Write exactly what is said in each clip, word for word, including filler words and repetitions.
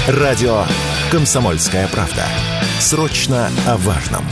Радио «Комсомольская правда». Срочно о важном.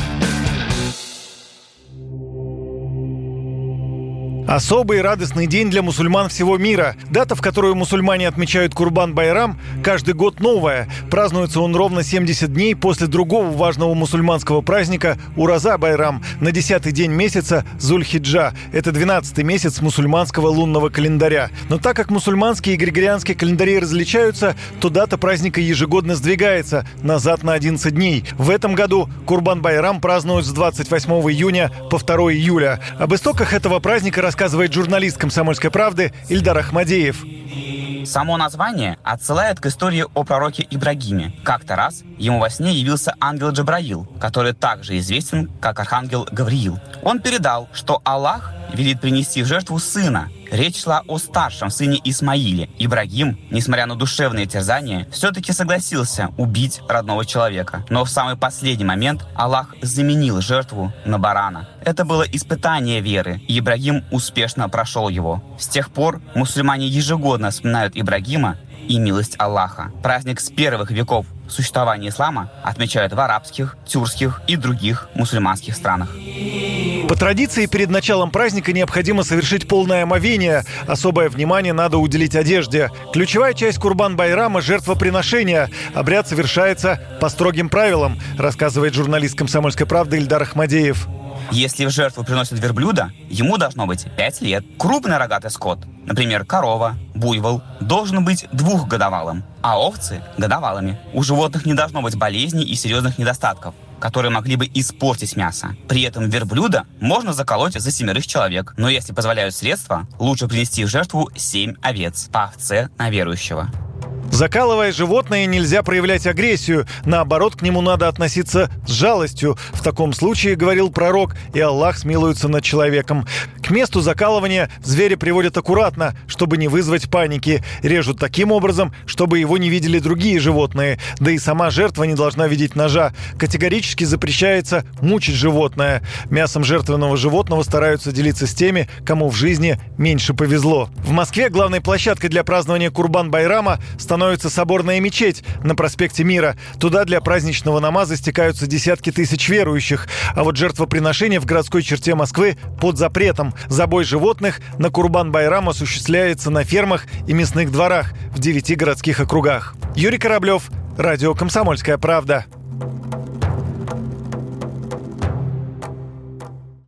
Особый радостный день для мусульман всего мира. Дата, в которую мусульмане отмечают Курбан-Байрам, каждый год новая. Празднуется он ровно семьдесят дней после другого важного мусульманского праздника Ураза-Байрам на десятый день месяца Зуль-Хиджа. Это двенадцатый месяц мусульманского лунного календаря. Но так как мусульманские и григорианские календари различаются, то дата праздника ежегодно сдвигается назад на одиннадцать дней. В этом году Курбан-Байрам празднуют с двадцать восьмого июня по второго июля. Об истоках этого праздника рассказывает рассказывает журналист «Комсомольской правды» Ильдар Ахмадеев. Само название отсылает к истории о пророке Ибрагиме. Как-то раз ему во сне явился ангел Джабраил, который также известен как архангел Гавриил. Он передал, что Аллах велит принести в жертву сына. Речь шла о старшем сыне Исмаиле. Ибрагим, несмотря на душевные терзания, все-таки согласился убить родного человека. Но в самый последний момент Аллах заменил жертву на барана. Это было испытание веры, и Ибрагим успешно прошел его. С тех пор мусульмане ежегодно вспоминают Ибрагима и милость Аллаха. Праздник с первых веков существования ислама отмечают в арабских, тюркских и других мусульманских странах. По традиции, перед началом праздника необходимо совершить полное омовение. Особое внимание надо уделить одежде. Ключевая часть Курбан-Байрама – жертвоприношение. Обряд совершается по строгим правилам, рассказывает журналист «Комсомольской правды» Ильдар Ахмадеев. Если в жертву приносят верблюда, ему должно быть пять лет. Крупный рогатый скот, например, корова, буйвол, должен быть двухгодовалым, а овцы – годовалыми. У животных не должно быть болезней и серьезных недостатков, которые могли бы испортить мясо. При этом верблюда можно заколоть за семерых человек. Но если позволяют средства, лучше принести в жертву семь овец по овце на верующего. Закалывая животное, нельзя проявлять агрессию. Наоборот, к нему надо относиться с жалостью. В таком случае, говорил пророк, и Аллах смилуется над человеком. К месту закалывания зверя приводят аккуратно, чтобы не вызвать паники. Режут таким образом, чтобы его не видели другие животные. Да и сама жертва не должна видеть ножа. Категорически запрещается мучить животное. Мясом жертвенного животного стараются делиться с теми, кому в жизни меньше повезло. В Москве главной площадкой для празднования Курбан-Байрама становится становится соборная мечеть на проспекте Мира. Туда для праздничного намаза стекаются десятки тысяч верующих. А вот жертвоприношение в городской черте Москвы под запретом. Забой животных на Курбан-Байрам осуществляется на фермах и мясных дворах в девяти городских округах. Юрий Кораблев, радио «Комсомольская правда».